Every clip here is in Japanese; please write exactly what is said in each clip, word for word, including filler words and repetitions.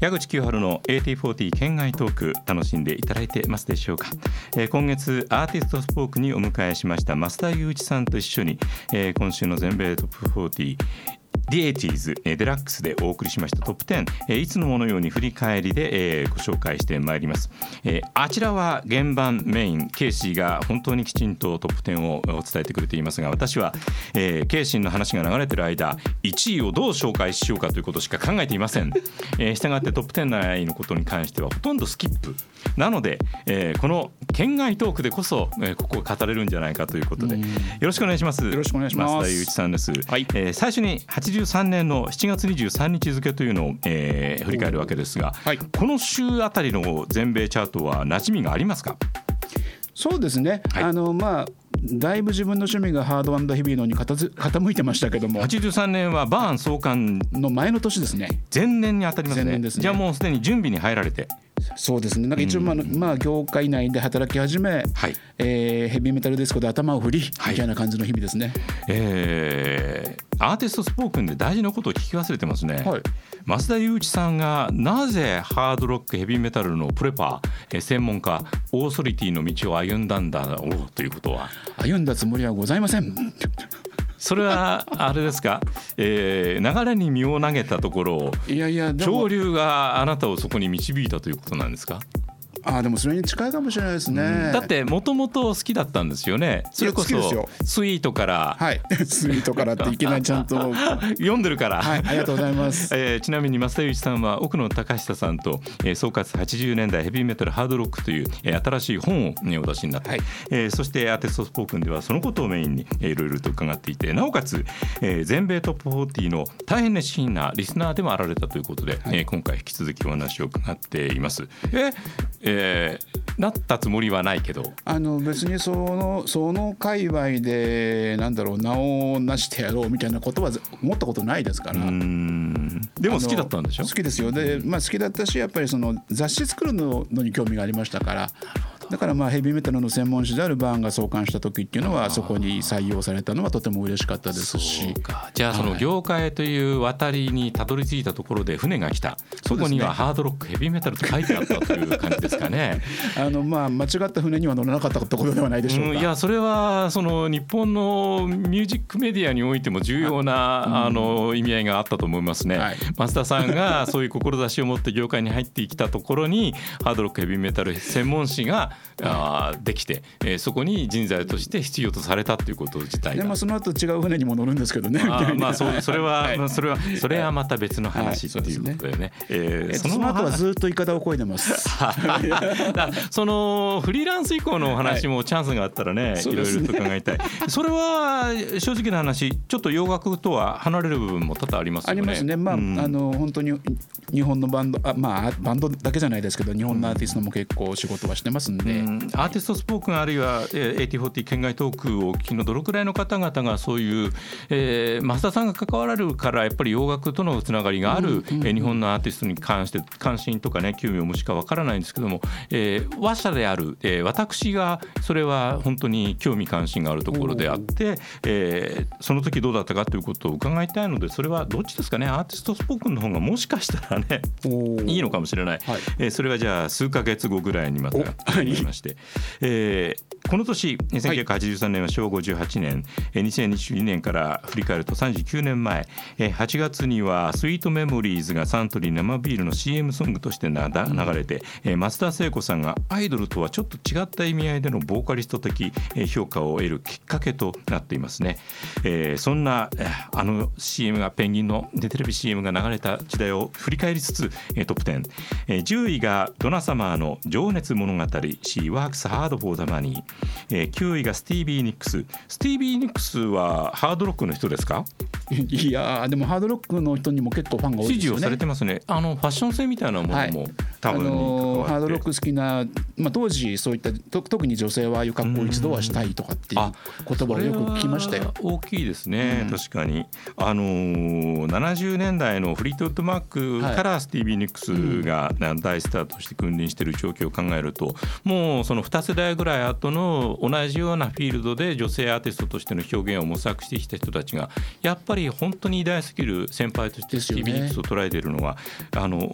矢口清春の エーティーフォーティー 県外トーク楽しんでいただいてますでしょうか。えー、今月アーティストスポークにお迎えしました増田雄一さんと一緒に、えー、今週の全米トップフォーティーディーエイティーズ デラックスでお送りしましたトップテン、いつものように振り返りでご紹介してまいります。あちらは原版メインケイシーが本当にきちんとトップテンを伝えてくれていますが、私はケイシーの話が流れている間いちいをどう紹介しようかということしか考えていません。したがってトップテン内のことに関してはほとんどスキップなので、この県外トークでこそここが語れるんじゃないかということでよろしくお願いします。 よろしくお願いします。 増田雄一さんです、 はい。 最初にはちじゅうさんねんのしちがつにじゅうさんにち付というのを、えー、振り返るわけですが、はい、この週あたりの全米チャートは馴染みがありますか？ そうですね、はい、あのまあだいぶ自分の趣味がハード&ヘビーのに傾いてましたけども、 はちじゅうさんねんはバーン創刊の前の年ですね。 前年に当たります ね, 前年ですね。 じゃあもうすでに準備に入られて。 そうですね。なんか一応、まあまあ、業界内で働き始め、はい、えー、ヘビーメタルディスコで頭を振り、はい、みたいな感じの日々ですね。 えー、アーティストスポークンで大事なことを聞き忘れてますね、はい、増田雄一さんがなぜハードロックヘビーメタルのプレパー、えー、専門家オーソリティの道を歩んだんだろうということは。 歩んだつもりはございません。 それはあれですか、えー、流れに身を投げたところをいやいや潮流があなたをそこに導いたということなんですか？ あでもそれに近いかもしれないですね、 うん、だってもともと好きだったんですよね。それこそスイートから、 はい、スイートからっていけないちゃんと読んでるから、 はい、ありがとうございます、 えー、ちなみに増田雄一さんは奥野隆久さんと、えー、総括はちじゅうねんだいヘビーメタルハードロックという、えー、新しい本を、ね、お出しになって、はい、えー、そしてアーティストスポークンではそのことをメインに、えー、いろいろと伺っていて、なおかつ、えー、全米トップフォーティーの大変熱心なリスナーでもあられたということで、はい、えー、今回引き続きお話を伺っています。ええーなったつもりはないけど、 あの別にそのその界隈でなんだろう名を成してやろうみたいなことは思ったことないですから。うーん、でも好きだったんでしょ？ 好きですよ。で、まあ、好きだったしやっぱりその雑誌作るのに興味がありましたから。だからまあヘビーメタルの専門誌であるバーンが創刊した時っていうのはそこに採用されたのはとても嬉しかったですし。 そうか。じゃあその業界という渡りにたどり着いたところで船が来た、そこにはハードロックヘビーメタルと書いてあったという感じですかね。 あのまあ間違った船には乗らなかったところではないでしょうか、 うん、いやそれはその日本のミュージックメディアにおいても重要な、うん、あの意味合いがあったと思いますね、はい、増田さんがそういう志を持って業界に入ってきたところにハードロックヘビーメタル専門誌があできて、えー、そこに人材として必要とされたということ自体が。 でもその後違う船にも乗るんですけどね。 あまあそそれは、はい、それはそれはまた別の話っていうことでね。 その後はずっとイカダを漕いでます。 そのフリーランス以降のお話もチャンスがあったらね、はい、いろいろと伺いたい。それは正直な話ちょっと洋楽とは離れる部分も多々ありますよね。 ありますね。まあ、うん、あの本当に日本のバンドあ、まあ、バンドだけじゃないですけど日本のアーティストも結構仕事はしてますんで、うん、 アーティストスポークンあるいは エーティーフォーティー 県外トークをお聞きのどのくらいの方々がそういう、えー、増田さんが関わられるからやっぱり洋楽とのつながりがある、うんうんうん、えー、日本のアーティストに関して関心とかね興味を持ちかわからないんですけども、えー、話者である、えー、私がそれは本当に興味関心があるところであって、えー、その時どうだったかということを伺いたいので、それはどっちですかね。アーティストスポークンの方がもしかしたらねいいのかもしれない、はい、えー、それはじゃあ数ヶ月後ぐらいにまたありまして、えー、この年せんきゅうひゃくはちじゅうさんねんは昭和ごじゅうはちねん、はい、にせんにじゅうにねんから振り返るとさんじゅうきゅうねんまえ、はちがつにはスイートメモリーズがサントリー生ビールの シーエム ソングとしてなだ流れて、うん、松田聖子さんがアイドルとはちょっと違った意味合いでのボーカリスト的評価を得るきっかけとなっていますね、えー、そんなあの シーエム がペンギンのテレビ シーエム が流れた時代を振り返りつつトップじゅう、じゅういがドナサマーの情熱物語 She Works Hard for the Money、えー、きゅういがスティービー・ニックス。スティービー・ニックスはハードロックの人ですか？ いやでもハードロックの人にも結構ファンが多いですよね。 支持をされてますね。あのファッション性みたいなものも、はい、多分に関わって、あのハードロック好きな、まあ、当時そういった特に女性はああいう格好を一度はしたいとかっていう言葉をよく聞きましたよ。 大きいですね、うん、確かに。あのー、ななじゅうねんだいのフリートウッドマークからスティービー・ニックスが大スターとして君臨している状況を考えると、もうそのに世代ぐらい後の同じようなフィールドで女性アーティストとしての表現を模索してきた人たちがやっぱり本当に偉大すぎる先輩としてスティービー・ニックスを捉えているのは、あの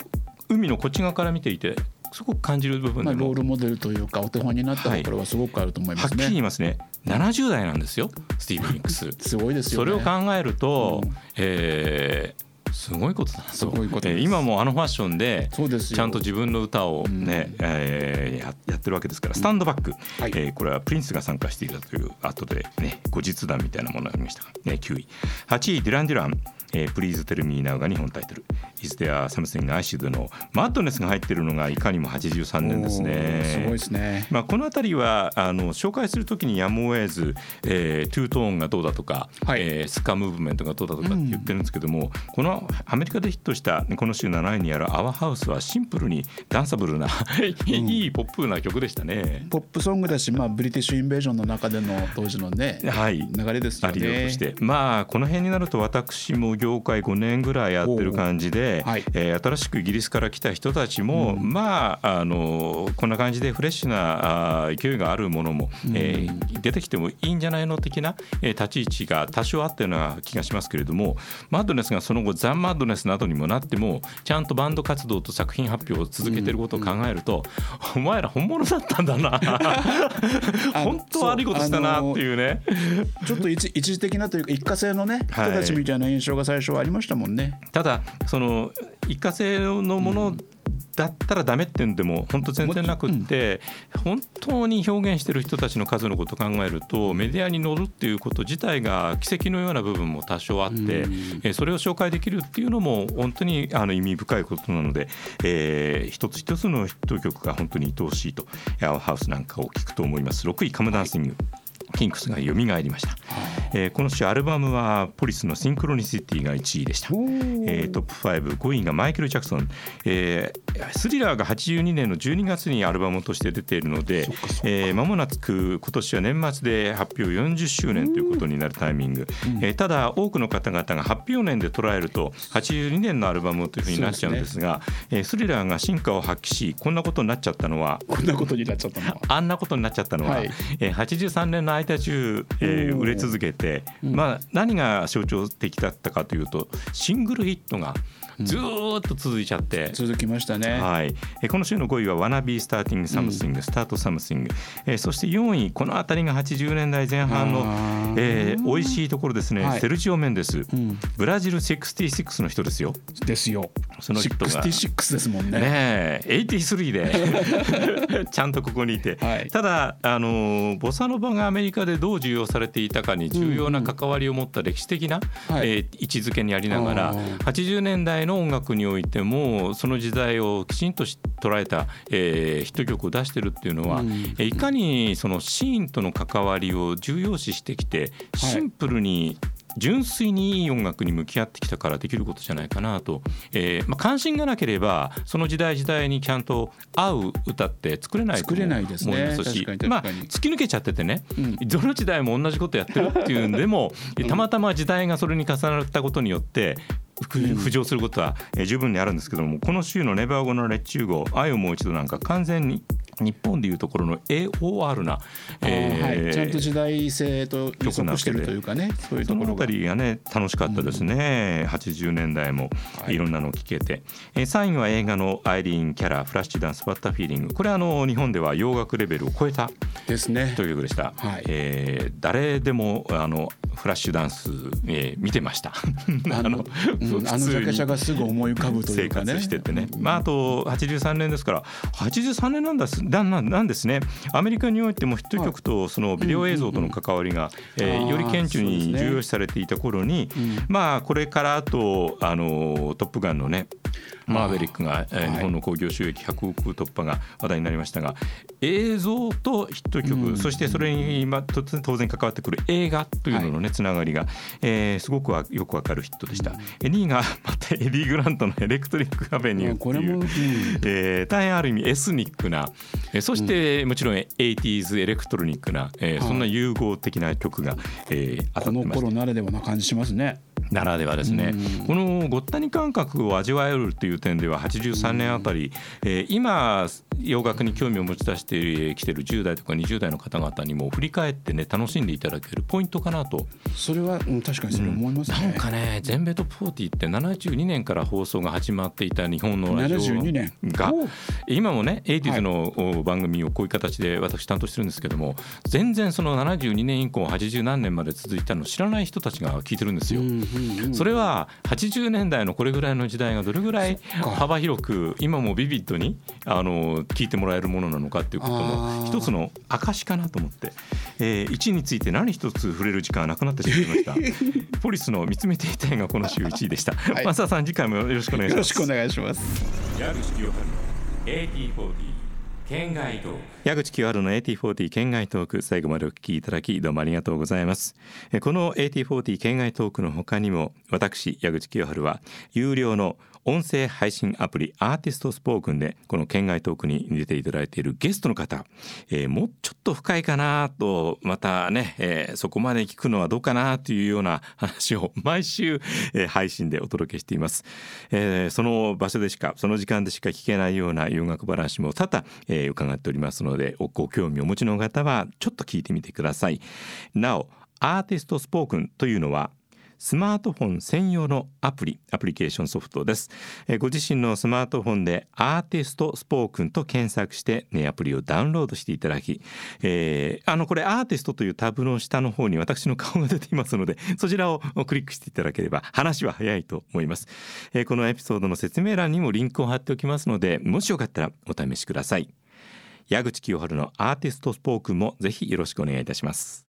海のこっち側から見ていてすごく感じる部分でも、 まあ、ロールモデルというかお手本になったところはすごくあると思いますね。 はい、はっきり言いますね、ななじゅう代なんですよスティーブン・ニックスすごいですよね。 それを考えると、 うんえーすごいことだなと。 すごいことです。 えー今もあのファッションでそうですよちゃんと自分の歌を、ねうんえーや, やってるわけですから。スタンドバック、 はいえーこれはプリンスが参加していたという後で、ね、後日談みたいなものがありましたが、ね、きゅうい。はちいデュラン・デュラン、えー、Please Tell Me Now が日本タイトル、 Is There Something I Should Know、 マッドネスが入っているのがいかにもはちじゅうさんねんですね。 すごいですね。 まあ、この辺りはあの紹介するときにやむを得ず、えー、トゥートーンがどうだとか、 はいえースカムーブメントがどうだとかって言ってるんですけども、うん、このアメリカでヒットしたこの週なないにある Our House はシンプルにダンサブルないいポップな曲でしたね。 ポップソングだし、まあ、ブリティッシュインベージョンの中での当時のね、はい、流れですよね。 ありようとして、まあこの辺になると私も業界ごねんぐらいやってる感じで、はい、えー、新しくイギリスから来た人たちも、うん、まああのこんな感じでフレッシュなあ勢いがあるものも、うん、えー、出てきてもいいんじゃないの的な、えー、立ち位置が多少あったような気がしますけれども、マッドネスがその後ザ・マッドネスなどにもなってもちゃんとバンド活動と作品発表を続けていることを考えると、うんうん、お前ら本物だったんだな本当悪いことしたなっていうね、 ちょっと 一, 一時的なというか一過性のね、人たちみたいな印象が最初はありましたもんね。 ただその一過性のものだったらダメっていうんでも本当全然なくって、うん、本当に表現してる人たちの数のことを考えるとメディアに乗るっていうこと自体が奇跡のような部分も多少あって、うん、えそれを紹介できるっていうのも本当にあの意味深いことなので、えー、一つ一つのヒット曲が本当に愛おしいとOur Houseなんかを聞くと思います。ろくいカムダンシング、キンクスが蘇りました。えー、この週アルバムはポリスのシンクロニシティがいちいでした。えー、トップご、ごいがマイケル・ジャクソン、えー、スリラーがはちじゅうにねんのじゅうにがつにアルバムとして出ているので、えー、間もなく今年は年末で発表よんじゅっしゅうねんということになるタイミング、えー、ただ多くの方々が発表年で捉えるとはちじゅうにねんのアルバムというふうになっちゃうんですが、す、ね、えー、スリラーが進化を発揮しこんなことになっちゃったのはこんなことになっちゃったのはあんなことになっちゃったのは、はい、えー、はちじゅうさんねんの間中、えー、売れ続けて、まあ、何が象徴的だったかというとシングルヒットがずーっと続いちゃって、うん、 続きましたね。 はい、えこの週のごいは Wanna Be Starting Something、うん、Start Something、えー、そしてよんいこのあたりがはちじゅうねんだいぜん半の、えー、美味しいところですね、はい、セルジオ・メンデス、うん、ブラジルろくじゅうろくの人ですよ。 ですよ。 その人がろくじゅうろくですもんね。 ねえはちじゅうさんでちゃんとここにいて、はい、ただあのボサノバがアメリカでどう重要されていたかに重要な関わりを持った歴史的な、うんうん、えー、位置づけにありながら、はちじゅうねんだいの音楽においてもその時代をきちんと捉えた、えー、ヒット曲を出してるっていうのは、うん、いかにそのシーンとの関わりを重要視してきてシンプルに純粋にいい音楽に向き合ってきたからできることじゃないかなと、えーまあ、関心がなければその時代時代にちゃんと合う歌って作れないと思いますし、まあ、突き抜けちゃっててね、うん、どの時代も同じことやってるっていうんでもたまたま時代がそれに重なったことによって浮上することは十分にあるんですけども、この週のネバーゴのレッチューゴー愛をもう一度なんか完全に日本でいうところの エーオーアール な、 えーはい、ちゃんと時代性と予測してるというかね、そういうところがそのあたりがね楽しかったですね、うん、はちじゅうねんだいもいろんなのを聞けて、はい、えー、さんいは映画のアイリーン・キャラフラッシュダンス・バッターフィーリング、これはあの日本では洋楽レベルを超えたですねという曲でした、はい、えー、誰でもあのフラッシュダンス、えー、見てましたあの、うん、あのジャケ写がすぐ思い浮かぶというかね、 生活しててね、まあ、あとはちじゅうさんねんですからはちじゅうさんねんなんだななんですね。アメリカにおいてもヒット曲とそのビデオ映像との関わりが、うんうんうん、えー、より顕著に重要視されていた頃に、ね、まあこれからあとあのトップガンのねマーヴェリックが、えー、日本の興行収益ひゃくおく突破が話題になりましたが、映像とヒット曲、うん、そしてそれに今当然関わってくる映画というののね、はい、つながりが、えー、すごくよくわかるヒットでした、うん、にいがまたエディ・グラントのエレクトリック・アベニューっていう、これも、うん、えー、大変ある意味エスニックな、えー、そしてもちろん エイティーズ エレクトロニックな、えー、そんな融合的な曲が、えー、当たってました。 この頃ならではな感じしますね。 ならではですね、このごったに感覚を味わえるという点でははちじゅうさんねんあたり、えー、今洋楽に興味を持ち出してきているじゅう代とかにじゅう代の方々にも振り返ってね楽しんでいただけるポイントかなと。 それは、うん、確かにそれ思いますね、 うん、なんかね全米トップフォーティーってななじゅうにねんから放送が始まっていた日本のラジオがななじゅうにねん今もね エイティーズ の番組をこういう形で私担当してるんですけども、全然そのななじゅうにねん以降はちじゅうなんねんまで続いたのを知らない人たちが聞いてるんですよ、うんうんうん、それははちじゅうねんだいのこれぐらいの時代がどれぐらい幅広く今もビビッドにあの聞いてもらえるものなのかっていうことの一つの証かなと思って、えー、いちいについて何一つ触れる時間はなくなってしまいましたポリスの見つめていたいがこの週いちいでした、はい、増田さん次回もよろしくお願いします。 よろしくお願いします。 矢口清春の エーティーフォーティー 県外トーク。矢口清春の エーティーフォーティー 県外トーク、最後までお聞きいただきどうもありがとうございます。この エーティーフォーティー 県外トークの他にも、私矢口清春は有料の音声配信アプリアーティストスポークンでこの県外トークに出ていただいているゲストの方、えー、もうちょっと深いかなと、またね、えー、そこまで聞くのはどうかなというような話を毎週、えー、配信でお届けしています、えー、その場所でしかその時間でしか聞けないような洋楽話も多々、えー、伺っておりますので、ご興味をお持ちの方はちょっと聞いてみてください。なおアーティストスポークンというのはスマートフォン専用のアプリアプリケーションソフトです。えご自身のスマートフォンでアーティストスポークンと検索して、ね、アプリをダウンロードしていただき、えー、あのこれアーティストというタブの下の方に私の顔が出ていますので、そちらをクリックしていただければ話は早いと思います。えー、このエピソードの説明欄にもリンクを貼っておきますので、もしよかったらお試しください。矢口清春のアーティストスポークンもぜひよろしくお願いいたします。